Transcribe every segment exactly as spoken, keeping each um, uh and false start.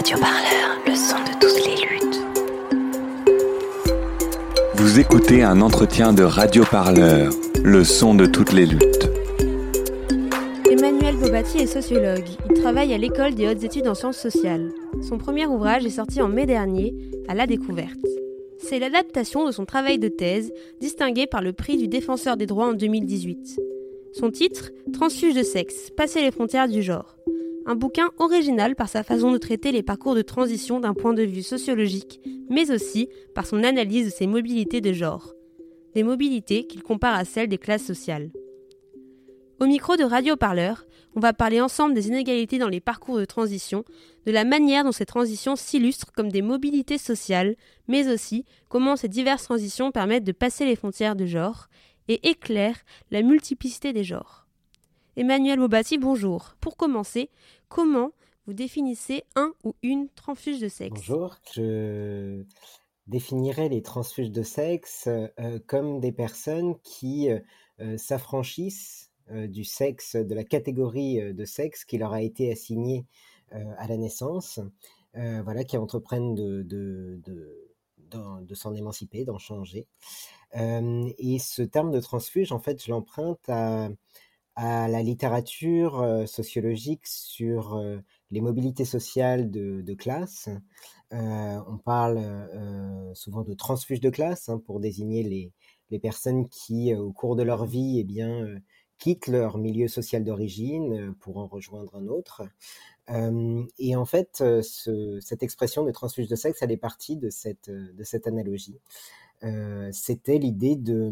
Radioparleur, le son de toutes les luttes. Vous écoutez un entretien de Radioparleur, le son de toutes les luttes. Emmanuel Bobatti est sociologue. Il travaille à l'École des hautes études en sciences sociales. Son premier ouvrage est sorti en mai dernier, à La Découverte. C'est l'adaptation de son travail de thèse, distingué par le prix du Défenseur des droits en deux mille dix-huit. Son titre, Transfuge de sexe, passer les frontières du genre. Un bouquin original par sa façon de traiter les parcours de transition d'un point de vue sociologique, mais aussi par son analyse de ces mobilités de genre. Des mobilités qu'il compare à celles des classes sociales. Au micro de Radioparleur, on va parler ensemble des inégalités dans les parcours de transition, de la manière dont ces transitions s'illustrent comme des mobilités sociales, mais aussi comment ces diverses transitions permettent de passer les frontières de genre et éclairent la multiplicité des genres. Emmanuel Bobatti, bonjour. Pour commencer, comment vous définissez un ou une transfuge de sexe ? Bonjour, je définirais les transfuges de sexe euh, comme des personnes qui euh, s'affranchissent euh, du sexe, de la catégorie euh, de sexe qui leur a été assignée euh, à la naissance, euh, voilà, qui entreprennent de, de, de, de, de s'en émanciper, d'en changer. Euh, et ce terme de transfuge, en fait, je l'emprunte à à la littérature euh, sociologique sur euh, les mobilités sociales de, de classe. Euh, on parle euh, souvent de transfuges de classe hein, pour désigner les, les personnes qui, euh, au cours de leur vie, eh bien, euh, quittent leur milieu social d'origine euh, pour en rejoindre un autre. Euh, et en fait, euh, ce, cette expression de transfuge de sexe, elle est partie de cette, de cette analogie. Euh, c'était l'idée de...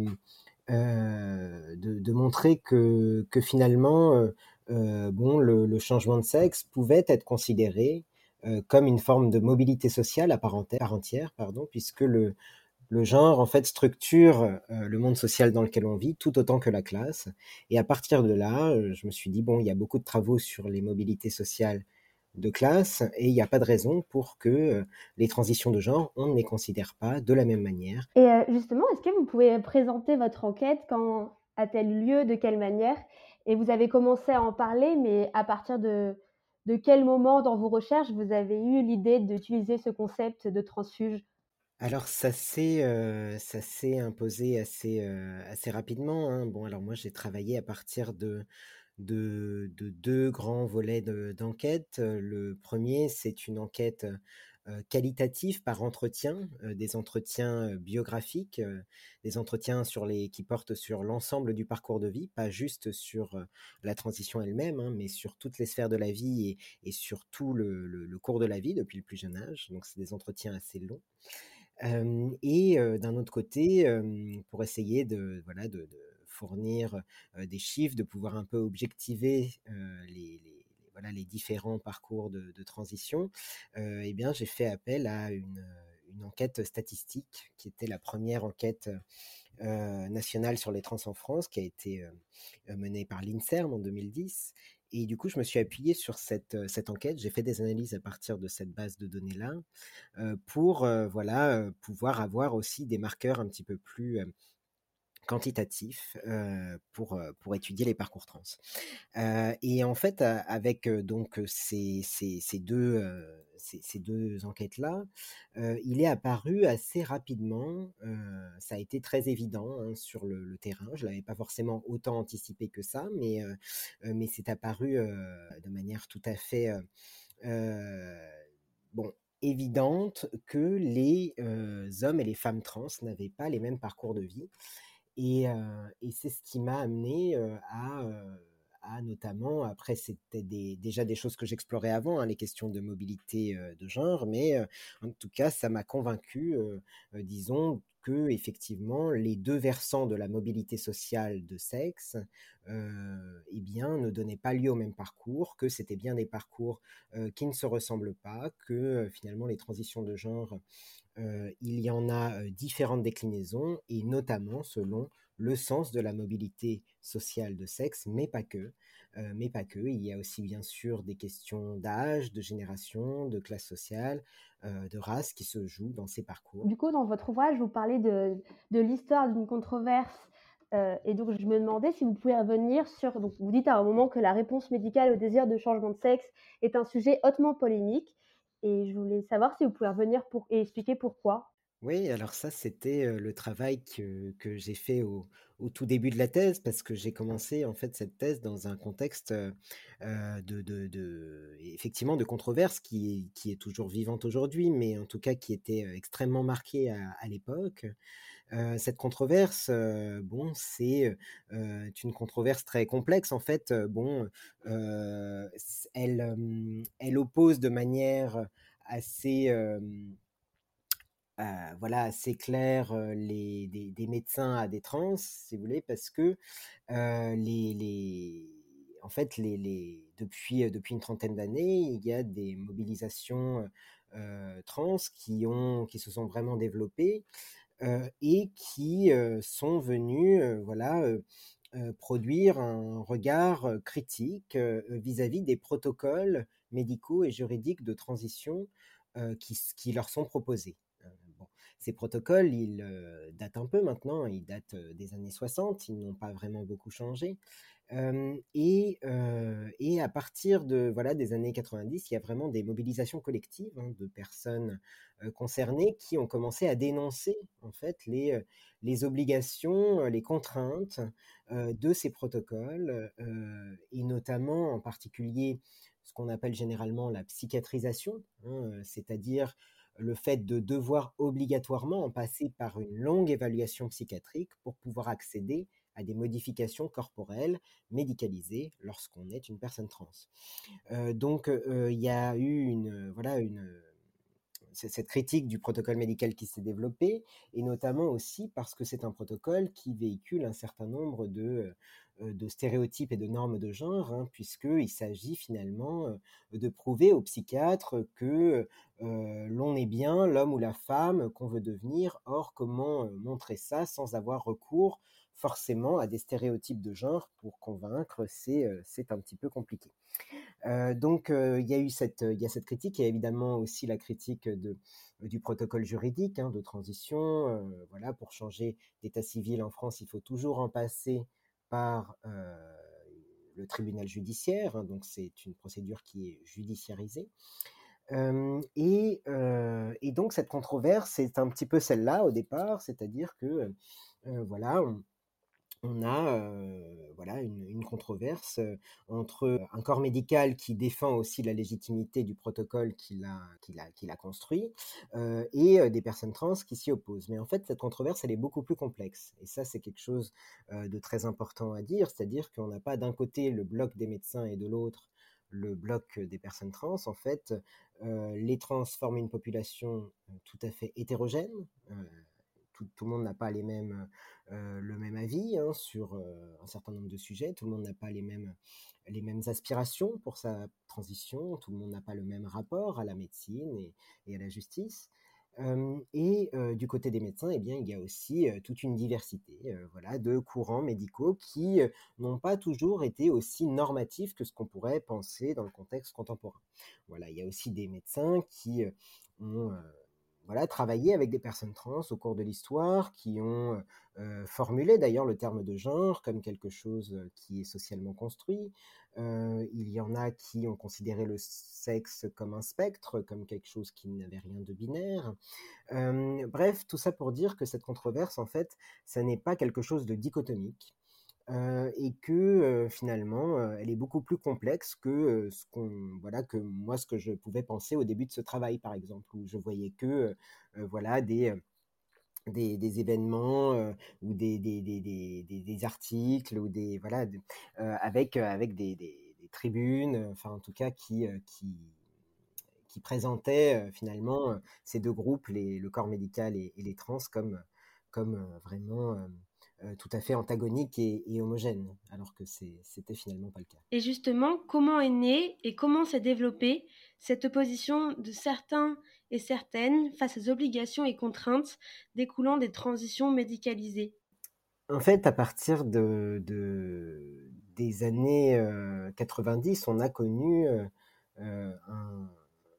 Euh, de, de montrer que, que finalement, euh, euh, bon, le, le changement de sexe pouvait être considéré euh, comme une forme de mobilité sociale à part entière, entière pardon, puisque le, le genre en fait structure euh, le monde social dans lequel on vit tout autant que la classe. Et à partir de là, euh, je me suis dit bon, il y a beaucoup de travaux sur les mobilités sociales de classe et il n'y a pas de raison pour que euh, les transitions de genre, on ne les considère pas de la même manière. Et euh, justement, est-ce que vous pouvez présenter votre enquête, quand a-t-elle lieu, de quelle manière ? Et vous avez commencé à en parler, mais à partir de, de quel moment dans vos recherches vous avez eu l'idée d'utiliser ce concept de transfuge ? Alors ça s'est, euh, ça s'est imposé assez, euh, assez rapidement, hein. Bon, alors moi j'ai travaillé à partir de, de, de deux grands volets de- d'enquête. Euh, Le premier, c'est une enquête euh, qualitative par entretien, euh, des entretiens euh, biographiques, euh, des entretiens sur les, qui portent sur l'ensemble du parcours de vie, pas juste sur euh, la transition elle-même, hein, mais sur toutes les sphères de la vie et, et sur tout le, le- le cours de la vie depuis le plus jeune âge. Donc c'est des entretiens assez longs. Euh, et euh, d'un autre côté, euh, pour essayer de, voilà, de, de fournir euh, des chiffres, de pouvoir un peu objectiver euh, les, les, voilà, les différents parcours de, de transition, euh, eh bien, j'ai fait appel à une, une enquête statistique qui était la première enquête euh, nationale sur les trans en France, qui a été euh, menée par l'INSERM en deux mille dix. Et du coup, je me suis appuyé sur cette, cette enquête. J'ai fait des analyses à partir de cette base de données-là euh, pour euh, voilà, euh, pouvoir avoir aussi des marqueurs un petit peu plus euh, quantitatifs euh, pour, euh, pour étudier les parcours trans. Euh, et en fait, euh, avec euh, donc ces, ces, ces deux, euh, ces, ces deux enquêtes-là, euh, il est apparu assez rapidement, euh, ça a été très évident hein, sur le, le terrain, je ne l'avais pas forcément autant anticipé que ça, mais, euh, euh, mais c'est apparu euh, de manière tout à fait... Euh, euh, bon, évidente que les euh, hommes et les femmes trans n'avaient pas les mêmes parcours de vie. Et, euh, et c'est ce qui m'a amené euh, à, euh, à notamment, après c'était des, déjà des choses que j'explorais avant, hein, les questions de mobilité euh, de genre, mais euh, en tout cas ça m'a convaincu, euh, euh, disons, que effectivement les deux versants de la mobilité sociale de sexe euh, eh bien, ne donnaient pas lieu au même parcours, que c'était bien des parcours euh, qui ne se ressemblent pas, que euh, finalement les transitions de genre euh, il y en a euh, différentes déclinaisons, et notamment selon le sens de la mobilité sociale de sexe, mais pas que. Euh, mais pas que. Il y a aussi bien sûr des questions d'âge, de génération, de classe sociale, euh, de race qui se jouent dans ces parcours. Du coup, dans votre ouvrage, vous parlez de, de l'histoire d'une controverse. Euh, et donc, je me demandais si vous pouvez revenir sur... Donc, vous dites à un moment que la réponse médicale au désir de changement de sexe est un sujet hautement polémique. et je voulais savoir si vous pouvez revenir pour et expliquer pourquoi? Oui, alors ça, c'était, heu, le travail que que j'ai fait au au tout début de la thèse parce que j'ai commencé, en fait, cette thèse dans un contexte, heu heu, de de de effectivement, de controverse qui est qui est toujours vivante aujourd'hui, mais en tout cas qui était, heu, extrêmement marquée à à l'époque. Heu, cette controverse, heu, bon, c'est, heu heu, une controverse très complexe, en fait, heu, bon, heu, s elle, hem, elle oppose de manière assez, hem Heu, voilà, assez clair, heu, les des des médecins à des trans, si vous voulez, parce que, heu, les les en fait, les les depuis, heu, depuis une trentaine d'années, il y a des mobilisations, heu heu, trans qui ont qui se sont vraiment développées, heu et qui, heu, sont venues, heu, voilà, heu heu, produire un regard, heu, critique, heu vis-à-vis des protocoles médicaux et juridiques de transition, heu, qui s qui leur sont proposés. Heu, bon, ces protocoles, ils, heu, datent un peu maintenant, ils datent, heu, des années soixante, ils n'ont pas vraiment beaucoup changé. Hem et heu et à partir de, voilà, des années quatre-vingt-dix, il y a vraiment des mobilisations collectives, hein, de personnes, heu, concernées qui ont commencé à dénoncer, en fait, les, heu, les obligations, heu, les contraintes, heu, de ces protocoles, heu et notamment, en particulier, ce qu'on appelle généralement la psychiatrisation, hein, heu, c'est-à-dire le fait de devoir obligatoirement en passer par une longue évaluation psychiatrique pour pouvoir accéder à des modifications corporelles médicalisées lorsqu'on est une personne trans. Heu, donc, heu, il y a eu une, voilà, une, c'est cette critique du protocole médical qui s'est développée, et notamment aussi parce que c'est un protocole qui véhicule un certain nombre de, heu, de stéréotypes et de normes de genre, hein, puisqu'il s'agit finalement, heu, de prouver aux psychiatres que, heu, l'on est bien l'homme ou la femme qu'on veut devenir. Or, comment, heu, montrer ça sans avoir recours forcément à des stéréotypes de genre pour convaincre? C'est, heu, c'est un petit peu compliqué. Heu, donc, heu, il y a eu cette, il y a cette critique. Il y a évidemment aussi la critique de du protocole juridique, hein, de transition. Heu, voilà, pour changer d'état civil en France, il faut toujours en passer par, heu, le tribunal judiciaire, hein, donc c'est une procédure qui est judiciarisée. Hem et heu et donc cette controverse, c'est un petit peu celle-là au départ, c'est-à-dire que, heu, voilà, on on a, heu, voilà, une une controverse, heu, entre un corps médical qui défend aussi la légitimité du protocole qu'il a qu'il a qu'il a construit, heu et heu, des personnes trans qui s'y opposent. Mais en fait, cette controverse, elle est beaucoup plus complexe, et ça, c'est quelque chose, heu, de très important à dire. C'est-à-dire qu'on n'a pas d'un côté le bloc des médecins et de l'autre le bloc des personnes trans. En fait, heu, les trans forment une population, heu, tout à fait hétérogène. heu tout, tout le monde n'a pas les mêmes, euh, le même avis, hein, sur, euh, un certain nombre de sujets. Tout le monde n'a pas les mêmes, les mêmes aspirations pour sa transition. Tout le monde n'a pas le même rapport à la médecine et, et à la justice. Euh, et euh, du côté des médecins, eh bien, il y a aussi, euh, toute une diversité, euh, voilà, de courants médicaux qui, euh, n'ont pas toujours été aussi normatifs que ce qu'on pourrait penser dans le contexte contemporain. Voilà, il y a aussi des médecins qui, euh, ont, euh, voilà, travaillé avec des personnes trans au cours de l'histoire, qui ont, euh, formulé d'ailleurs le terme de genre comme quelque chose qui est socialement construit. Euh, il y en a qui ont considéré le sexe comme un spectre, comme quelque chose qui n'avait rien de binaire. Euh, bref, tout ça pour dire que cette controverse, en fait, ça n'est pas quelque chose de dichotomique. Euh, et que, euh, finalement, euh, elle est beaucoup plus complexe que, euh, ce qu'on, voilà, que moi, ce que je pouvais penser au début de ce travail, par exemple, où je voyais que, euh, euh, voilà, des, euh, des, des événements, euh, ou des, des, des, des, des- des articles, ou des, voilà, de- euh, avec, euh, avec des, des- des tribunes, euh, enfin, en tout cas, qui, euh, qui, qui présentaient, euh, finalement, euh, ces deux groupes, les, le corps médical et, et les trans, comme, comme, euh, vraiment, euh, euh, tout à fait antagoniques et, et homogènes, alors que c'est, c'était finalement pas le cas. Et justement, comment est née et comment s'est développée cette opposition de certains et certaines face aux obligations et contraintes découlant des transitions médicalisées? En fait, à partir de, de- des années, euh, quatre-vingt-dix, on a connu, euh, euh, un,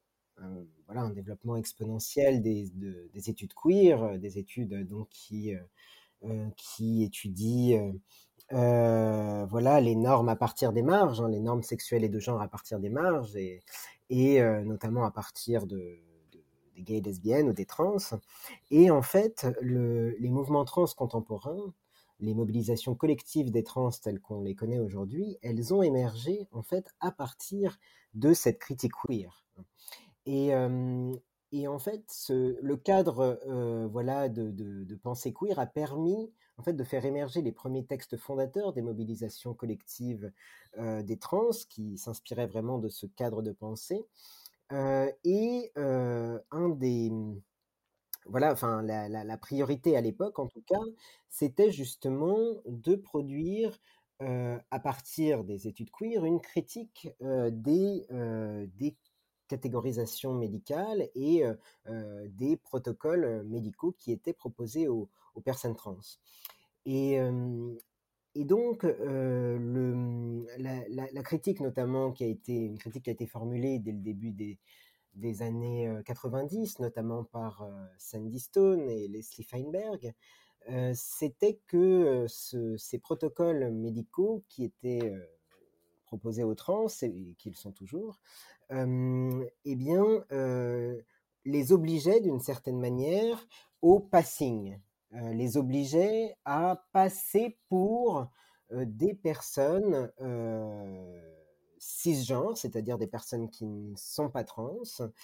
un- voilà, un développement exponentiel des, de- des études queer, euh, des études, euh, donc qui, euh, euh, qui étudient, euh, euh, voilà, les normes à partir des marges, hein, les normes sexuelles et de genre à partir des marges, et, et euh, notamment à partir de, de- des gays et lesbiennes ou des trans. Et en fait, le- les mouvements trans contemporains, les mobilisations collectives des trans telles qu'on les connaît aujourd'hui, elles ont émergé en fait à partir de cette critique queer. Et, euh, et en fait, ce- le cadre euh, voilà, de, de, de pensée queer a permis en fait, de faire émerger les premiers textes fondateurs des mobilisations collectives euh, des trans, qui s'inspiraient vraiment de ce cadre de pensée. Euh, et euh, un des, voilà, enfin, la, la- la priorité à l'époque, en tout cas, c'était justement de produire, euh, à partir des études queer, une critique euh, des, euh, des catégorisations médicales et euh, euh, des protocoles médicaux qui étaient proposés aux, aux personnes trans. Et, euh, et donc, euh, le, la, la- la critique notamment, qui a été une critique qui a été formulée dès le début des, des années euh, quatre-vingt-dix, notamment par euh, Sandy Stone et Leslie Feinberg, euh, c'était que euh, ce- ces protocoles médicaux qui étaient euh, proposés aux trans, et qu'ils sont toujours, euh, eh bien, euh, les obligeaient d'une certaine manière au passing, euh, les obligeaient à passer pour euh, des personnes euh, cisgenres, c'est-à-dire des personnes qui ne sont pas trans,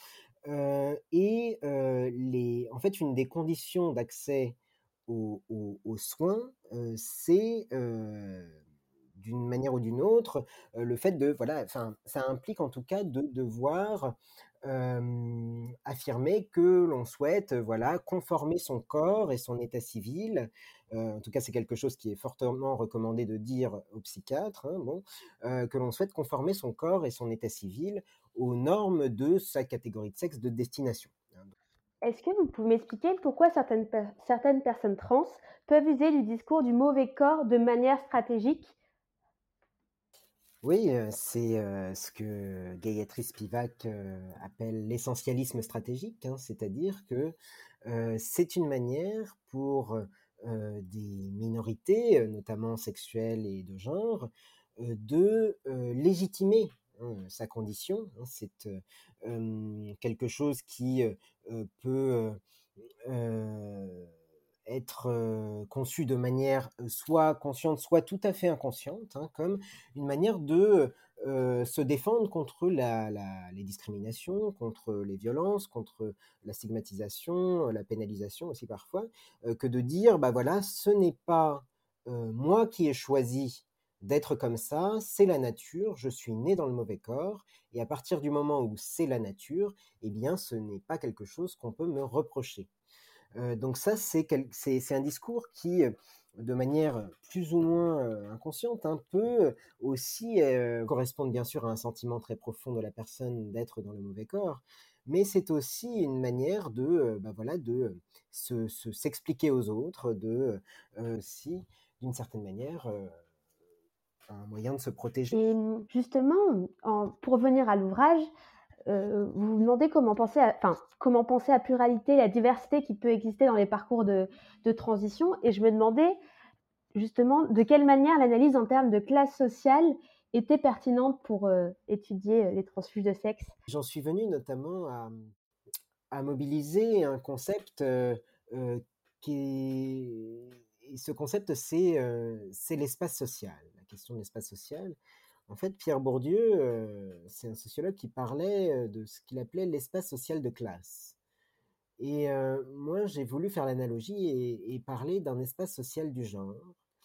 euh, et euh, les, en fait, une des conditions d'accès aux, aux- aux soins, euh, c'est euh, d'une manière ou d'une autre euh, le fait de, voilà, enfin, ça implique en tout cas de devoir euh, affirmer que l'on souhaite, euh, voilà, conformer son corps et son état civil. Euh, en tout cas, c'est quelque chose qui est fortement recommandé de dire aux psychiatres, hein, bon, euh, que l'on souhaite conformer son corps et son état civil aux normes de sa catégorie de sexe de destination. Est-ce que vous pouvez m'expliquer pourquoi certaines, per- certaines personnes trans peuvent user du discours du mauvais corps de manière stratégique? Oui, euh, c'est euh, ce que Gayatri Spivak euh, appelle l'essentialisme stratégique, hein, c'est-à-dire que euh, c'est une manière pour euh, des minorités, euh, notamment sexuelles et de genre, euh, de euh, légitimer hein, sa condition. Hein, c'est euh, euh, quelque chose qui euh, euh, peut euh, euh, être euh, conçu de manière euh, soit consciente, soit tout à fait inconsciente, hein, comme une manière de euh, se défendre contre la, la- les discriminations, contre les violences, contre la stigmatisation, la pénalisation aussi parfois, euh, que de dire, bah voilà, ce n'est pas euh, moi qui ai choisi d'être comme ça, c'est la nature, je suis né dans le mauvais corps, et à partir du moment où c'est la nature, eh bien ce n'est pas quelque chose qu'on peut me reprocher. Euh, donc ça, c'est, quel- c'est, c'est un discours qui, euh, de manière plus ou moins euh, inconsciente, hein, peut aussi euh, correspondre bien sûr à un sentiment très profond de la personne d'être dans le mauvais corps, mais c'est aussi une manière de, euh, bah voilà, de euh, se, se- s'expliquer aux autres, de euh, aussi, d'une certaine manière, euh, un moyen de se protéger. Et justement, en- pour revenir à l'ouvrage, euh, vous vous demandez comment penser à, enfin, comment penser à pluralité, la diversité qui peut exister dans les parcours de, de transition. Et je me demandais justement de quelle manière l'analyse en termes de classe sociale était pertinente pour euh, étudier les transfuges de sexe. J'en suis venu notamment à, à mobiliser un concept euh, euh, qui est... Et ce concept, c'est euh, c'est l'espace social, la question de l'espace social. En fait, Pierre Bourdieu, euh, c'est un sociologue qui parlait euh, de ce qu'il appelait l'espace social de classe. Et euh, moi, j'ai voulu faire l'analogie et, et parler d'un espace social du genre.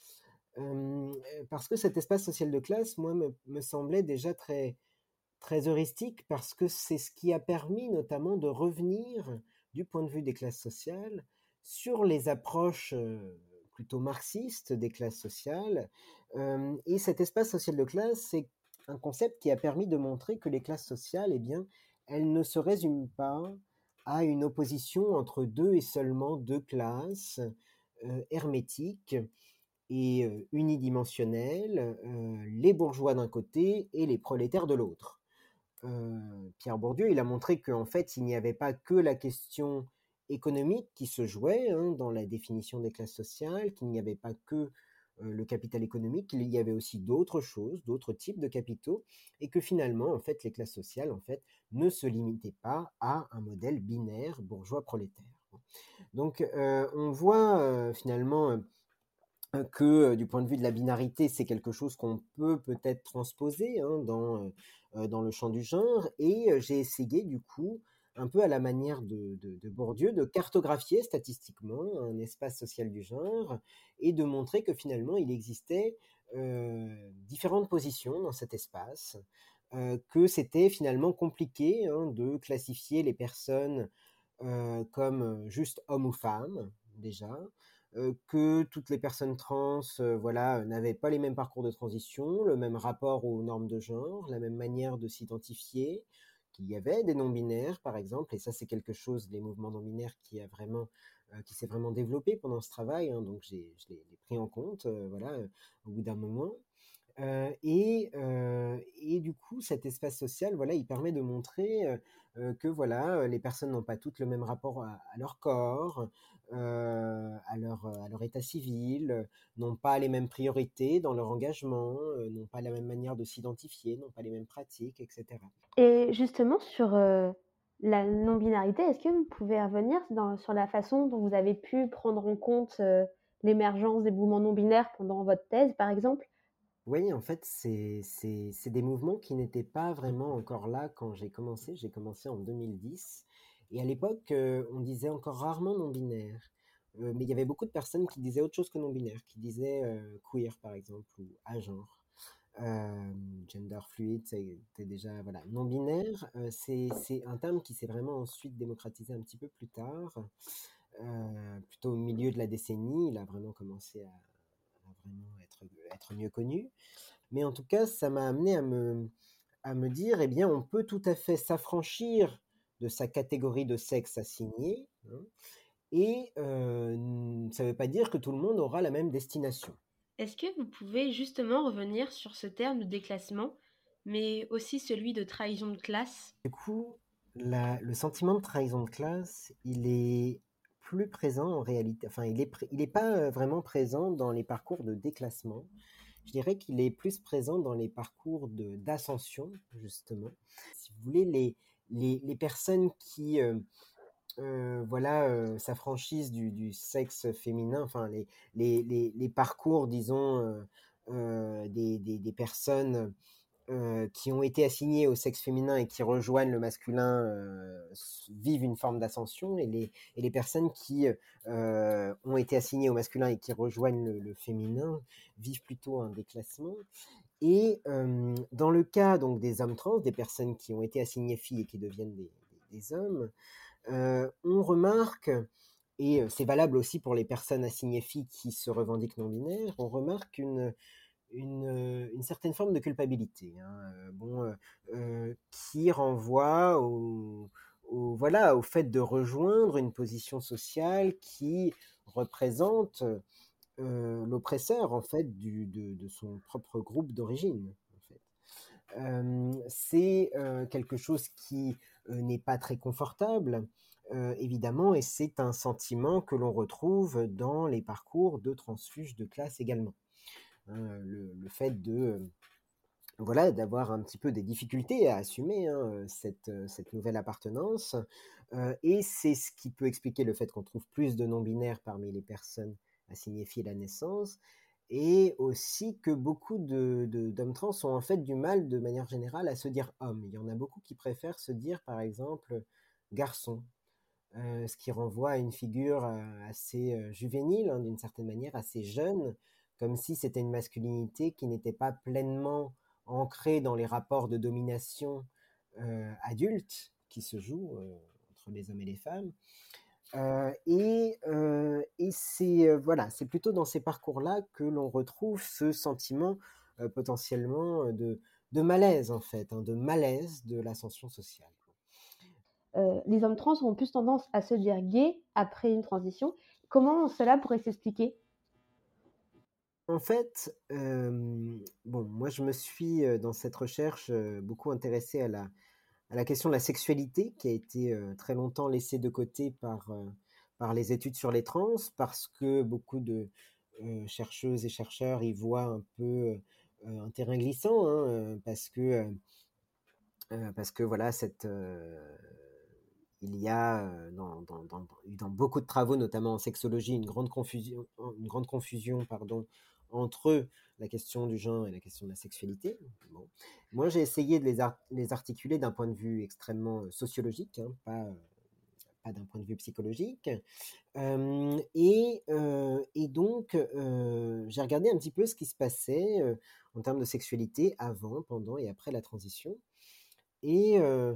Euh, parce que cet espace social de classe, moi, me, me semblait déjà très, très heuristique parce que c'est ce qui a permis notamment de revenir du point de vue des classes sociales sur les approches euh, plutôt marxistes des classes sociales. Euh, et cet espace social de classe, c'est un concept qui a permis de montrer que les classes sociales, eh bien, elles ne se résument pas à une opposition entre deux et seulement deux classes euh, hermétiques et euh, unidimensionnelles, euh, les bourgeois d'un côté et les prolétaires de l'autre. Euh, Pierre Bourdieu, il a montré qu'en fait, il n'y avait pas que la question économique qui se jouait hein, dans la définition des classes sociales, qu'il n'y avait pas que euh, le capital économique, qu'il y avait aussi d'autres choses, d'autres types de capitaux, et que finalement, en fait, les classes sociales, en fait, ne se limitaient pas à un modèle binaire bourgeois-prolétaire. Donc, euh, on voit euh, finalement euh, que euh, du point de vue de la binarité, c'est quelque chose qu'on peut peut-être transposer hein, dans, euh, dans le champ du genre, et euh, j'ai essayé du coup, un peu à la manière de, de, de Bourdieu, de cartographier statistiquement un espace social du genre, et de montrer que finalement il existait euh, différentes positions dans cet espace, euh, que c'était finalement compliqué hein, de classifier les personnes euh, comme juste hommes ou femmes, déjà, euh, que toutes les personnes trans euh, voilà, n'avaient pas les mêmes parcours de transition, le même rapport aux normes de genre, la même manière de s'identifier, qu'il y avait des non-binaires, par exemple, et ça c'est quelque chose, les mouvements non-binaires, qui, a vraiment, euh, qui s'est vraiment développé pendant ce travail, hein, donc j'ai, je l'ai, l'ai pris en compte euh, voilà, euh, au bout d'un moment. Euh, et, euh, et du coup, cet espace social, voilà, il permet de montrer euh, euh, que voilà, les personnes n'ont pas toutes le même rapport à, à leur corps, euh, à, leur, à leur état civil, euh, n'ont pas les mêmes priorités dans leur engagement, euh, n'ont pas la même manière de s'identifier, n'ont pas les mêmes pratiques, et cetera. Et justement, sur euh, la non-binarité, est-ce que vous pouvez revenir dans, sur la façon dont vous avez pu prendre en compte euh, l'émergence des mouvements non-binaires pendant votre thèse, par exemple? Oui, en fait, c'est, c'est, c'est des mouvements qui n'étaient pas vraiment encore là quand j'ai commencé. J'ai commencé en deux mille dix. Et à l'époque, euh, on disait encore rarement non-binaire. Euh, mais il y avait beaucoup de personnes qui disaient autre chose que non-binaire, qui disaient euh, queer, par exemple, ou agenre. Euh, gender fluide, c'était déjà voilà. Non-binaire, euh, c'est, c'est un terme qui s'est vraiment ensuite démocratisé un petit peu plus tard, euh, plutôt au milieu de la décennie. Il a vraiment commencé à, à vraiment être, être mieux connu. Mais en tout cas, ça m'a amené à me, à me dire, eh bien, on peut tout à fait s'affranchir de sa catégorie de sexe assignée, hein, et euh, ça ne veut pas dire que tout le monde aura la même destination. Est-ce que vous pouvez justement revenir sur ce terme de déclassement, mais aussi celui de trahison de classe? Du coup, la, le sentiment de trahison de classe, il est plus présent en réalité, enfin, il n'est il est pas vraiment présent dans les parcours de déclassement. Je dirais qu'il est plus présent dans les parcours de, d'ascension, justement. Si vous voulez, les, les, les personnes qui euh, euh, voilà, euh, s'affranchissent du, du sexe féminin, enfin, les, les, les, les parcours, disons, euh, euh, des, des, des personnes euh, qui ont été assignées au sexe féminin et qui rejoignent le masculin euh, vivent une forme d'ascension, et les, et les personnes qui euh, ont été assignées au masculin et qui rejoignent le, le féminin vivent plutôt un déclassement. Et euh, dans le cas donc des hommes trans, des personnes qui ont été assignées filles et qui deviennent des, des, des hommes, euh, on remarque, et c'est valable aussi pour les personnes assignées filles qui se revendiquent non-binaires, on remarque une Une, une certaine forme de culpabilité, hein, euh, bon, euh, euh, qui renvoie au, au, voilà, au fait de rejoindre une position sociale qui représente euh, l'oppresseur en fait du, de, de son propre groupe d'origine. En fait. Euh, c'est euh, quelque chose qui euh, n'est pas très confortable, euh, évidemment, et c'est un sentiment que l'on retrouve dans les parcours de transfuges de classe également. Hein, le, le fait de euh, voilà, d'avoir un petit peu des difficultés à assumer hein, cette, cette nouvelle appartenance. Euh, et c'est ce qui peut expliquer le fait qu'on trouve plus de non-binaires parmi les personnes assignées filles à la naissance, et aussi que beaucoup de, de, d'hommes trans ont en fait du mal de manière générale à se dire homme. Il y en a beaucoup qui préfèrent se dire par exemple garçon. Euh, ce qui renvoie à une figure euh, assez euh, juvénile, hein, d'une certaine manière, assez jeune, comme si c'était une masculinité qui n'était pas pleinement ancrée dans les rapports de domination euh, adultes qui se jouent euh, entre les hommes et les femmes. Euh, et, euh, et c'est, euh, voilà, c'est plutôt dans ces parcours-là que l'on retrouve ce sentiment euh, potentiellement de, de malaise, en fait, hein, de malaise de l'ascension sociale. Euh, les hommes trans ont plus tendance à se dire gays après une transition. Comment cela pourrait s'expliquer? En fait, euh, bon, moi je me suis euh, dans cette recherche euh, beaucoup intéressé à la, à la question de la sexualité qui a été euh, très longtemps laissée de côté par, euh, par les études sur les trans parce que beaucoup de, euh, chercheuses et chercheurs y voient un peu euh, un terrain glissant, hein, euh, parce que, euh, euh, parce que voilà, cette, euh, il y a euh, dans, dans, dans, dans beaucoup de travaux, notamment en sexologie, une grande confusion, une grande confusion pardon, entre la question du genre et la question de la sexualité. Bon. Moi, j'ai essayé de les, ar- les articuler d'un point de vue extrêmement euh, sociologique, hein, pas, euh, pas d'un point de vue psychologique. Euh, et, euh, et donc, euh, j'ai regardé un petit peu ce qui se passait euh, en termes de sexualité avant, pendant et après la transition. Et, euh,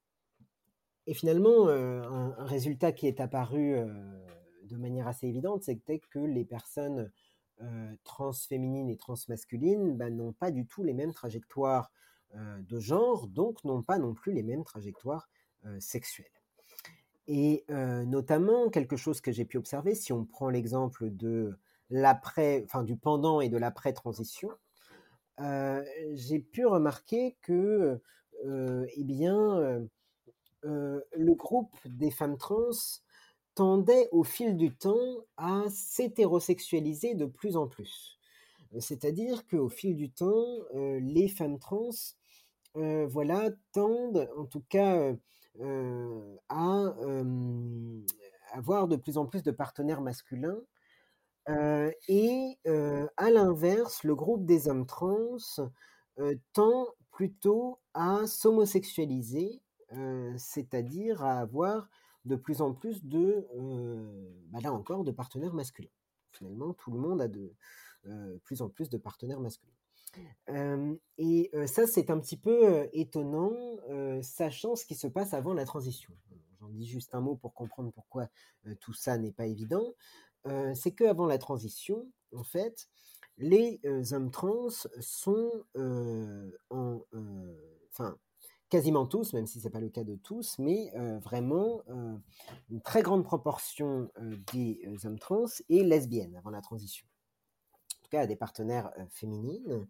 et finalement, euh, un, un résultat qui est apparu euh, de manière assez évidente, c'était que les personnes euh, transféminines et transmasculines bah, n'ont pas du tout les mêmes trajectoires euh, de genre, donc n'ont pas non plus les mêmes trajectoires euh, sexuelles. Et euh, notamment, quelque chose que j'ai pu observer, si on prend l'exemple de l'après, enfin du pendant et de l'après-transition, euh, j'ai pu remarquer que, euh, eh bien, euh, euh, le groupe des femmes trans tendait au fil du temps à s'hétérosexualiser de plus en plus. C'est-à-dire qu'au fil du temps, euh, les femmes trans euh, voilà, tendent en tout cas euh, euh, à euh, avoir de plus en plus de partenaires masculins. Euh, et euh, à l'inverse, le groupe des hommes trans euh, tend plutôt à s'homosexualiser, euh, c'est-à-dire à avoir de plus en plus de, euh, bah là encore, de partenaires masculins. Finalement, tout le monde a de euh, plus en plus de partenaires masculins. Euh, et euh, ça, c'est un petit peu euh, étonnant, euh, sachant ce qui se passe avant la transition. J'en dis juste un mot pour comprendre pourquoi euh, tout ça n'est pas évident. Euh, c'est qu'avant la transition, en fait, les euh, hommes trans sont euh, en... Enfin, quasiment tous, même si ce n'est pas le cas de tous, mais euh, vraiment euh, une très grande proportion euh, des euh, hommes trans est lesbienne avant la transition. En tout cas, à des partenaires euh, féminines.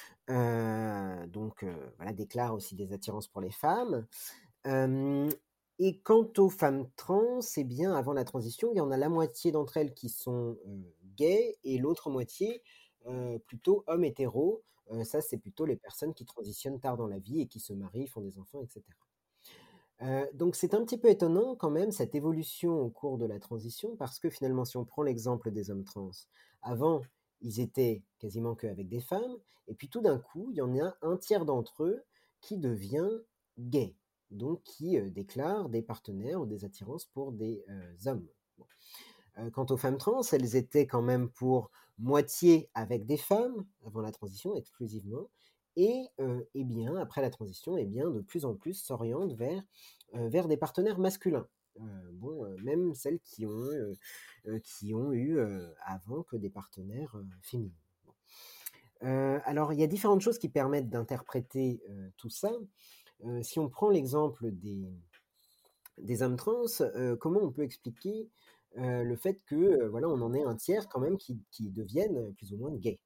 Euh, donc, euh, voilà, déclarent aussi des attirances pour les femmes. Euh, et quant aux femmes trans, eh bien, avant la transition, il y en a la moitié d'entre elles qui sont euh, gays et l'autre moitié euh, plutôt hommes hétéros. Euh, ça, c'est plutôt les personnes qui transitionnent tard dans la vie et qui se marient, font des enfants, et cetera. Euh, donc c'est un petit peu étonnant quand même cette évolution au cours de la transition parce que finalement si on prend l'exemple des hommes trans, avant ils étaient quasiment qu'avec des femmes et puis tout d'un coup il y en a un tiers d'entre eux qui devient gay, donc qui euh, déclare des partenaires ou des attirances pour des euh, hommes. Bon. Euh, quant aux femmes trans, elles étaient quand même pour moitié avec des femmes avant la transition exclusivement. Et euh, eh bien, après la transition, eh bien, de plus en plus s'orientent vers, euh, vers des partenaires masculins. Euh, bon, euh, même celles qui ont, euh, euh, qui ont eu euh, avant que des partenaires euh, féminins. Bon. Euh, alors, il y a différentes choses qui permettent d'interpréter euh, tout ça. Euh, si on prend l'exemple des, des hommes trans, euh, comment on peut expliquer euh, le fait que euh, voilà, on en ait un tiers quand même qui, qui deviennent plus ou moins gays?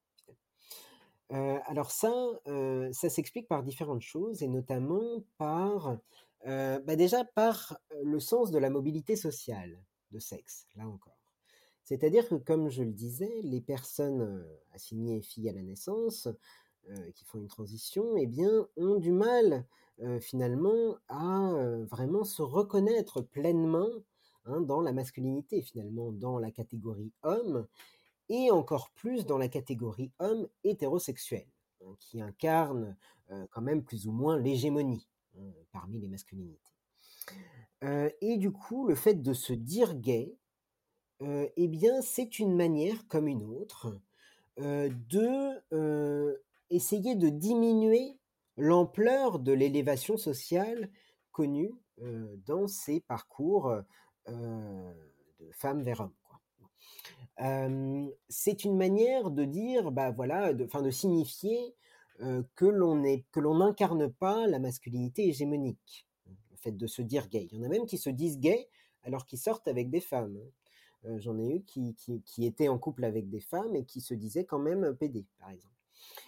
Euh, alors ça, euh, ça s'explique par différentes choses, et notamment par, euh, bah déjà par le sens de la mobilité sociale de sexe, là encore. C'est-à-dire que, comme je le disais, les personnes euh, assignées filles à la naissance, euh, qui font une transition, eh bien, ont du mal euh, finalement à euh, vraiment se reconnaître pleinement hein, dans la masculinité, finalement, dans la catégorie homme, et encore plus dans la catégorie homme hétérosexuel, hein, qui incarne euh, quand même plus ou moins l'hégémonie hein, parmi les masculinités. Euh, et du coup, le fait de se dire gay, euh, eh bien, c'est une manière comme une autre euh, de euh, essayer de diminuer l'ampleur de l'élévation sociale connue euh, dans ces parcours euh, de femmes vers hommes. Quoi. Euh, c'est une manière de dire, bah voilà, de, enfin de signifier euh, que l'on est, que l'on n'incarne pas la masculinité hégémonique. Le fait de se dire gay. Il y en a même qui se disent gays alors qu'ils sortent avec des femmes. Euh, j'en ai eu qui, qui, qui étaient en couple avec des femmes et qui se disaient quand même pédés, par exemple.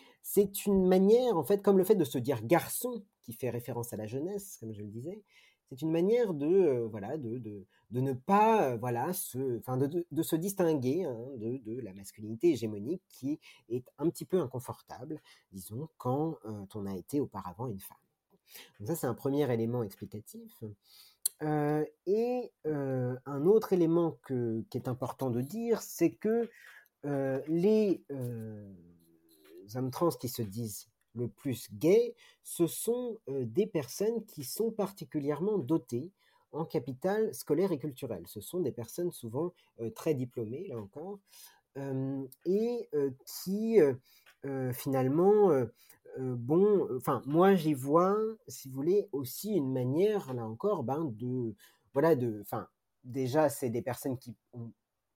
C'est une manière, en fait, comme le fait de se dire garçon, qui fait référence à la jeunesse, comme je le disais, c'est une manière de, euh, voilà, de, de, de ne pas, euh, voilà, se, enfin, de, de, de se distinguer hein, de, de la masculinité hégémonique qui est un petit peu inconfortable, disons, quand euh, on a été auparavant une femme. Donc ça, c'est un premier élément explicatif. Euh, et euh, un autre élément que, qui est important de dire, c'est que euh, les euh, hommes trans qui se disent le plus gays, ce sont euh, des personnes qui sont particulièrement dotées en capital scolaire et culturel. Ce sont des personnes souvent euh, très diplômées, là encore, euh, et euh, qui euh, euh, finalement, euh, euh, bon, enfin, moi j'y vois, si vous voulez, aussi une manière, là encore, ben, de, voilà, de, enfin, déjà c'est des personnes qui ont,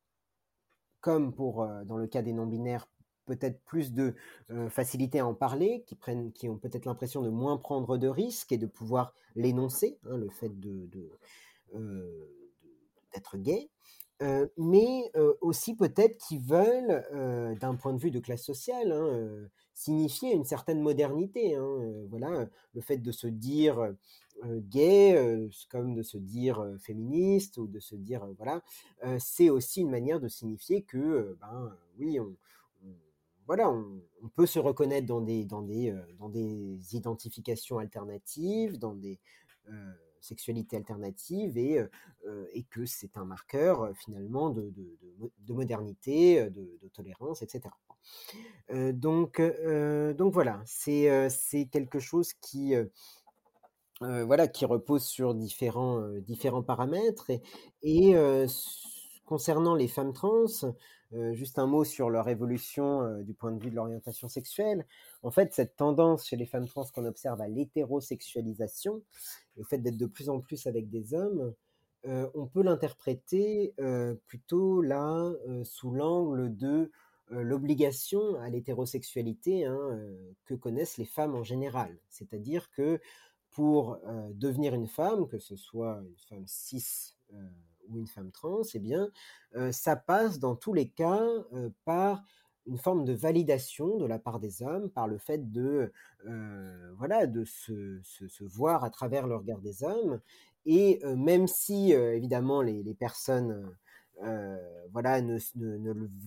comme pour euh, dans le cas des non-binaires, peut-être plus de euh, facilité à en parler, qui, prennent, qui ont peut-être l'impression de moins prendre de risques et de pouvoir l'énoncer, hein, le fait de, de, euh, de, d'être gay, euh, mais euh, aussi peut-être qui veulent, euh, d'un point de vue de classe sociale, hein, euh, signifier une certaine modernité. Hein, euh, voilà, le fait de se dire euh, gay, euh, comme de se dire euh, féministe ou de se dire euh, voilà, euh, c'est aussi une manière de signifier que, euh, ben oui, on, on voilà, on, on peut se reconnaître dans des dans des euh, dans des identifications alternatives, dans des euh, sexualité alternative et, euh, et que c'est un marqueur euh, finalement de, de, de, de modernité, de, de tolérance, et cetera. Euh, donc, euh, donc voilà, c'est, euh, c'est quelque chose qui, euh, euh, voilà, qui repose sur différents, euh, différents paramètres. Et, et euh, concernant les femmes trans, euh, juste un mot sur leur évolution euh, du point de vue de l'orientation sexuelle. En fait, cette tendance chez les femmes trans qu'on observe à l'hétérosexualisation, et au fait d'être de plus en plus avec des hommes, euh, on peut l'interpréter euh, plutôt là euh, sous l'angle de euh, l'obligation à l'hétérosexualité hein, euh, que connaissent les femmes en général. C'est-à-dire que pour euh, devenir une femme, que ce soit une femme cis euh, ou une femme trans, eh bien, euh, ça passe dans tous les cas euh, par une forme de validation de la part des hommes, par le fait de, euh, voilà, de se, se, se voir à travers le regard des hommes. Et euh, même si, euh, évidemment, les, les personnes euh, voilà, ne, ne, ne le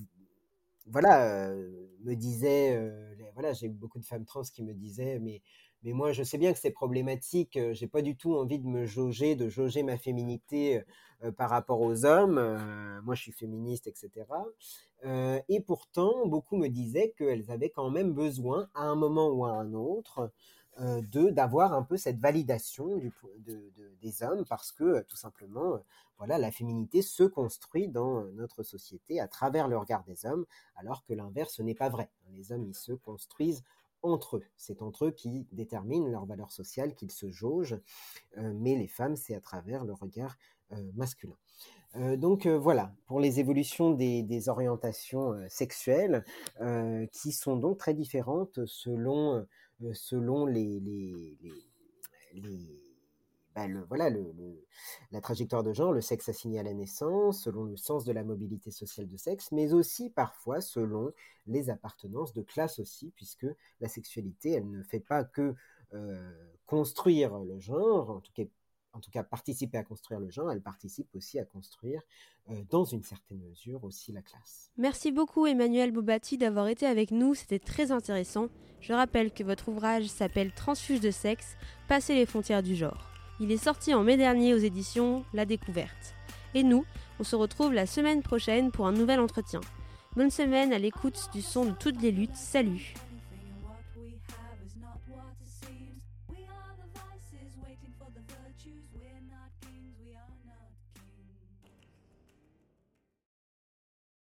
voilà, euh, me disaient, euh, les, voilà, j'ai beaucoup de femmes trans qui me disaient, mais mais moi, je sais bien que c'est problématique. Euh, j'ai pas du tout envie de me jauger, de jauger ma féminité euh, par rapport aux hommes. Euh, moi, je suis féministe, et cetera. Euh, et pourtant, beaucoup me disaient qu'elles avaient quand même besoin, à un moment ou à un autre, euh, de d'avoir un peu cette validation du, de, de, des hommes, parce que euh, tout simplement, euh, voilà, la féminité se construit dans notre société à travers le regard des hommes, alors que l'inverse n'est pas vrai. Les hommes, ils se construisent entre eux. C'est entre eux qui déterminent leur valeur sociale, qu'ils se jaugent, euh, mais les femmes, c'est à travers le regard euh, masculin. Euh, donc euh, voilà, pour les évolutions des, des orientations euh, sexuelles, euh, qui sont donc très différentes selon, euh, selon les... les, les, les bah le, voilà, le, le, la trajectoire de genre, le sexe assigné à la naissance, selon le sens de la mobilité sociale de sexe, mais aussi parfois selon les appartenances de classe aussi, puisque la sexualité, elle ne fait pas que euh, construire le genre, en tout cas, en tout cas participer à construire le genre, elle participe aussi à construire, euh, dans une certaine mesure, aussi la classe. Merci beaucoup Emmanuel Bobatti d'avoir été avec nous, c'était très intéressant. Je rappelle que votre ouvrage s'appelle Transfuge de sexe, passer les frontières du genre. Il est sorti en mai dernier aux éditions La Découverte. Et nous, on se retrouve la semaine prochaine pour un nouvel entretien. Bonne semaine à l'écoute du son de toutes les luttes. Salut!